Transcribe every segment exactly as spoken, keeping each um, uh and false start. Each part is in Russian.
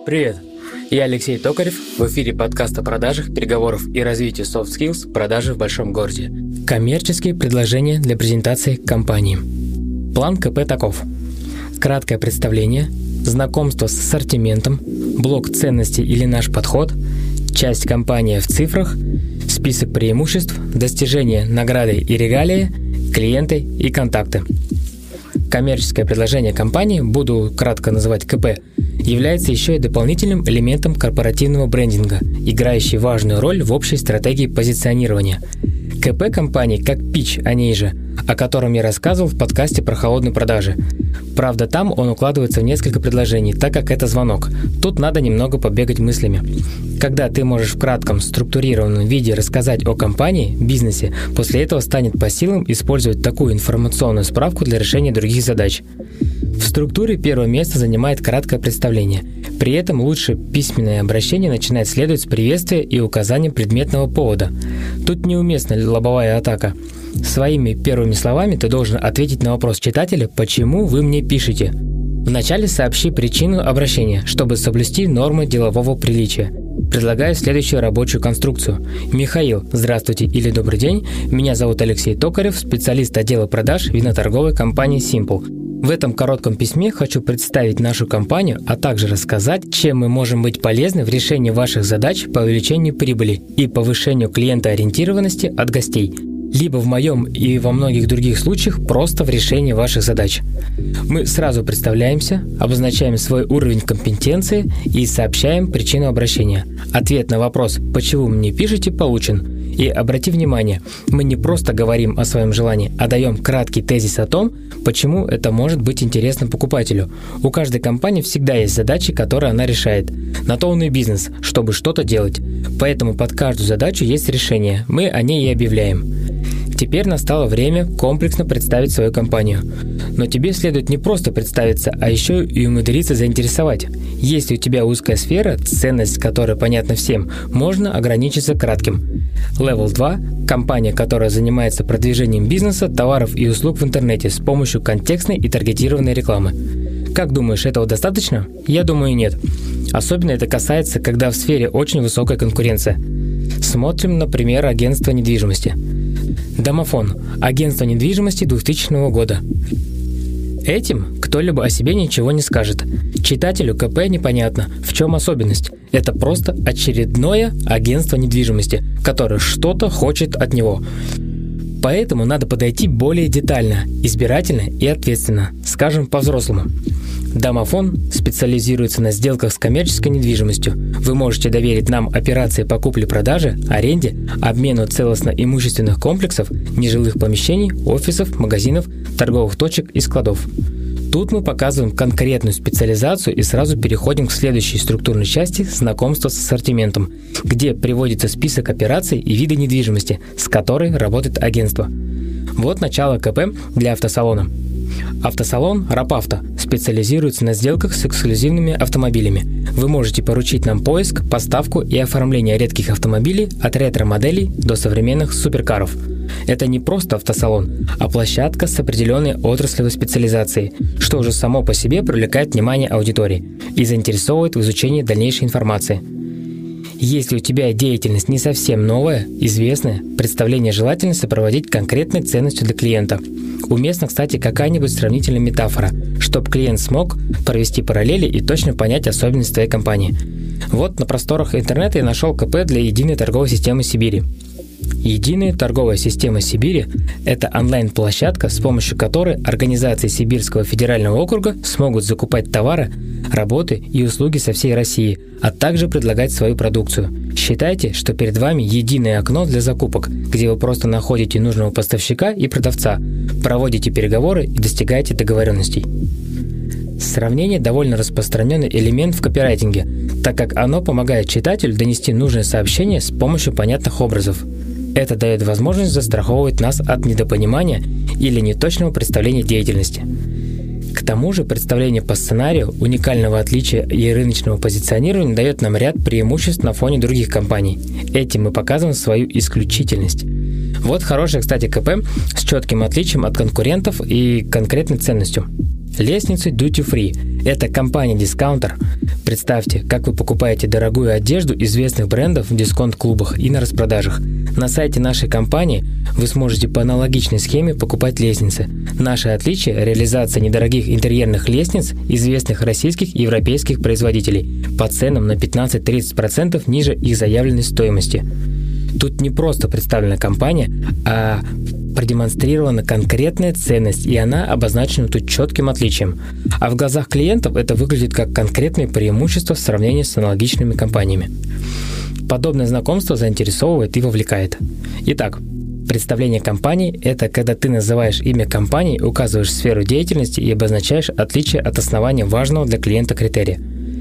Привет, я Алексей Токарев, в эфире подкаст о продажах, переговорах и развитии soft skills продажи в большом городе. Коммерческие предложения для презентации компании. План КП таков. Краткое представление, знакомство с ассортиментом, блок ценностей или наш подход, часть компании в цифрах, список преимуществ, достижения, награды и регалии, клиенты и контакты. Коммерческое предложение компании, буду кратко называть КП, является еще и дополнительным элементом корпоративного брендинга, играющий важную роль в общей стратегии позиционирования. КП компании как пич, о ней же, о котором я рассказывал в подкасте про холодные продажи. Правда, там он укладывается в несколько предложений, так как это звонок. Тут надо немного побегать мыслями. Когда ты можешь в кратком, структурированном виде рассказать о компании, бизнесе, после этого станет по силам использовать такую информационную справку для решения других задач. В структуре первое место занимает краткое представление. При этом лучше письменное обращение начинает следовать с приветствия и указания предметного повода. Тут неуместна лобовая атака. Своими первыми словами ты должен ответить на вопрос читателя, почему вы мне пишете. Вначале сообщи причину обращения, чтобы соблюсти нормы делового приличия. Предлагаю следующую рабочую конструкцию. Михаил, здравствуйте или добрый день. Меня зовут Алексей Токарев, специалист отдела продаж виноторговой компании Simple. В этом коротком письме хочу представить нашу компанию, а также рассказать, чем мы можем быть полезны в решении ваших задач по увеличению прибыли и повышению клиентоориентированности от гостей, либо в моем и во многих других случаях просто в решении ваших задач. Мы сразу представляемся, обозначаем свой уровень компетенции и сообщаем причину обращения. Ответ на вопрос «Почему вы мне пишете?» получен. И обрати внимание, мы не просто говорим о своем желании, а даем краткий тезис о том, почему это может быть интересно покупателю. У каждой компании всегда есть задачи, которые она решает. На то он и бизнес, чтобы что-то делать. Поэтому под каждую задачу есть решение, мы о ней и объявляем. Теперь настало время комплексно представить свою компанию. Но тебе следует не просто представиться, а еще и умудриться заинтересовать. Если у тебя узкая сфера, ценность которой понятна всем, можно ограничиться кратким. Level два – компания, которая занимается продвижением бизнеса, товаров и услуг в интернете с помощью контекстной и таргетированной рекламы. Как думаешь, этого достаточно? Я думаю, нет. Особенно это касается, когда в сфере очень высокая конкуренция. Смотрим, например, агентство недвижимости. Домофон – агентство недвижимости двухтысячного года. Этим кто-либо о себе ничего не скажет. Читателю КП непонятно, в чем особенность. Это просто очередное агентство недвижимости, которое что-то хочет от него. Поэтому надо подойти более детально, избирательно и ответственно, скажем по-взрослому. Домофон специализируется на сделках с коммерческой недвижимостью. Вы можете доверить нам операции по купле-продаже, аренде, обмену целостно-имущественных комплексов, нежилых помещений, офисов, магазинов, торговых точек и складов. Тут мы показываем конкретную специализацию и сразу переходим к следующей структурной части знакомства с ассортиментом, где приводится список операций и виды недвижимости, с которой работает агентство. Вот начало КП для автосалона. Автосалон «Рапавто» специализируется на сделках с эксклюзивными автомобилями. Вы можете поручить нам поиск, поставку и оформление редких автомобилей от ретро-моделей до современных суперкаров. Это не просто автосалон, а площадка с определенной отраслевой специализацией, что уже само по себе привлекает внимание аудитории и заинтересовывает в изучении дальнейшей информации. Если у тебя деятельность не совсем новая, известная, представление желательно сопроводить конкретной ценностью для клиента. Уместна, кстати, какая-нибудь сравнительная метафора, чтобы клиент смог провести параллели и точно понять особенности твоей компании. Вот на просторах интернета я нашел КП для единой торговой системы Сибири. Единая торговая система Сибири – это онлайн-площадка, с помощью которой организации Сибирского федерального округа смогут закупать товары, работы и услуги со всей России, а также предлагать свою продукцию. Считайте, что перед вами единое окно для закупок, где вы просто находите нужного поставщика и продавца, проводите переговоры и достигаете договоренностей. Сравнение – довольно распространенный элемент в копирайтинге, так как оно помогает читателю донести нужное сообщение с помощью понятных образов. Это дает возможность застраховывать нас от недопонимания или неточного представления деятельности. К тому же представление по сценарию, уникального отличия и рыночного позиционирования дает нам ряд преимуществ на фоне других компаний. Этим мы показываем свою исключительность. Вот хорошее, кстати, КП с четким отличием от конкурентов и конкретной ценностью. Лестницы Duty Free – это компания-дискаунтер. Представьте, как вы покупаете дорогую одежду известных брендов в дисконт-клубах и на распродажах. На сайте нашей компании вы сможете по аналогичной схеме покупать лестницы. Наше отличие – реализация недорогих интерьерных лестниц известных российских и европейских производителей по ценам на пятнадцать-тридцать процентов ниже их заявленной стоимости. Тут не просто представлена компания, а продемонстрирована конкретная ценность, и она обозначена тут четким отличием. А в глазах клиентов это выглядит как конкретное преимущество в сравнении с аналогичными компаниями. Подобное знакомство заинтересовывает и вовлекает. Итак, представление компании – это когда ты называешь имя компании, указываешь сферу деятельности и обозначаешь отличие от основания важного для клиента критерия.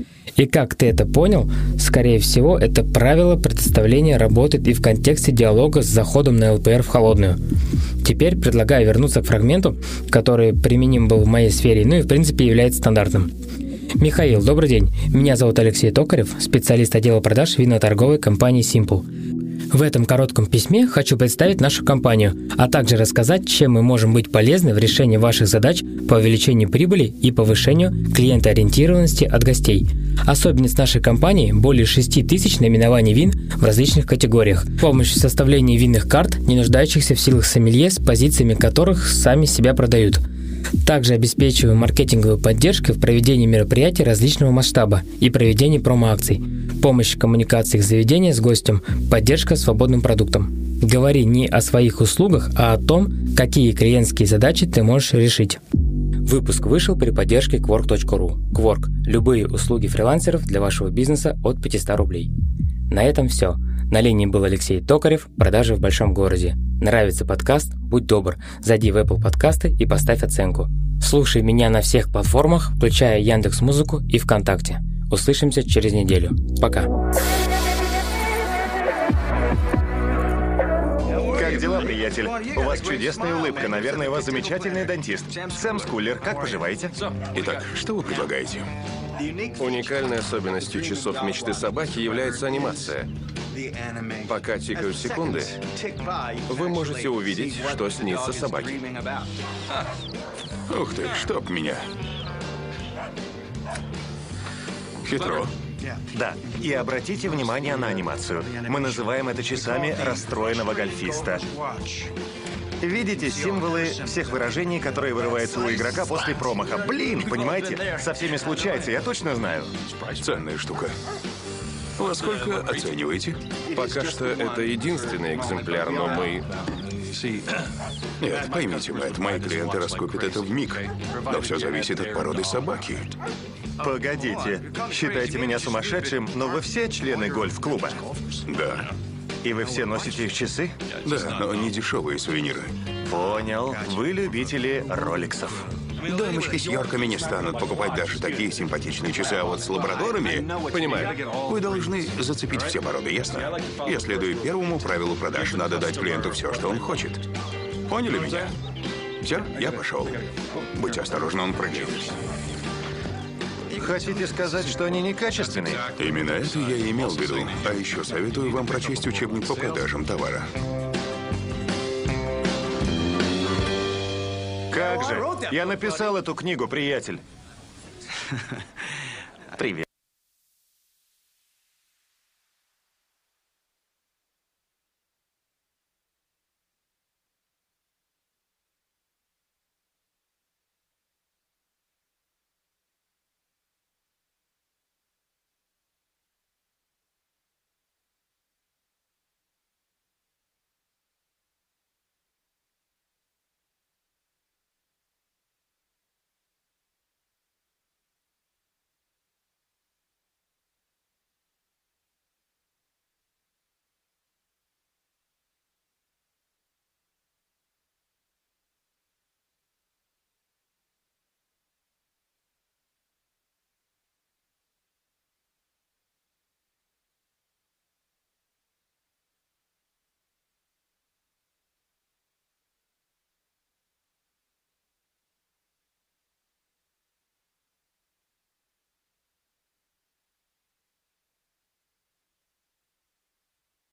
И как ты это понял, скорее всего, это правило представления работает и в контексте диалога с заходом на эл пэ эр в холодную. Теперь предлагаю вернуться к фрагменту, который применим был в моей сфере, ну и в принципе является стандартным. Михаил, добрый день. Меня зовут Алексей Токарев, специалист отдела продаж винно-торговой компании Simple. В этом коротком письме хочу представить нашу компанию, а также рассказать, чем мы можем быть полезны в решении ваших задач по увеличению прибыли и повышению клиентоориентированности от гостей. Особенность нашей компании – более шести тысяч наименований вин в различных категориях, с помощью составления винных карт, не нуждающихся в силах сомелье, с позициями которых сами себя продают. Также обеспечиваем маркетинговую поддержку в проведении мероприятий различного масштаба и проведении промо-акций, помощь в коммуникациях заведения с гостем, поддержка свободным продуктом. Говори не о своих услугах, а о том, какие клиентские задачи ты можешь решить. Выпуск вышел при поддержке кворк точка ру. Quark – любые услуги фрилансеров для вашего бизнеса от пятисот рублей. На этом все. На линии был Алексей Токарев, продажи в большом городе. Нравится подкаст? Будь добр, зайди в Apple подкасты и поставь оценку. Слушай меня на всех платформах, включая Яндекс.Музыку и ВКонтакте. Услышимся через неделю. Пока. Как дела, приятель? У вас чудесная улыбка. Наверное, у вас замечательный дантист. Сэм Скуллер, как поживаете? Итак, что вы предлагаете? Уникальной особенностью часов мечты собаки является анимация. Пока тикают секунды, вы можете увидеть, что снится собаке. Ух ты, чтоб меня. Хитро. Да, и обратите внимание на анимацию. Мы называем это часами расстроенного гольфиста. Видите символы всех выражений, которые вырываются у игрока после промаха? Блин, понимаете? Со всеми случается, я точно знаю. Ценная штука. Во сколько оцениваете? Пока что это единственный экземпляр, но мы... Нет, поймите, Мэтт, мои клиенты раскупят это вмиг. Но все зависит от породы собаки. Погодите, считайте меня сумасшедшим, но вы все члены гольф-клуба? Да. И вы все носите их часы? Да, но не дешевые сувениры. Понял. Вы любители роликсов. Дамочки с йорками не станут покупать даже такие симпатичные часы, а вот с лабрадорами... Понимаю. Вы должны зацепить все породы, ясно? Я следую первому правилу продаж. Надо дать клиенту все, что он хочет. Поняли меня? Все, я пошел. Будьте осторожны, он прыгает. Хотите сказать, что они некачественные? Именно это я и имел в виду. А еще советую вам прочесть учебник по продажам товара. Как же? Я написал эту книгу, приятель. Привет.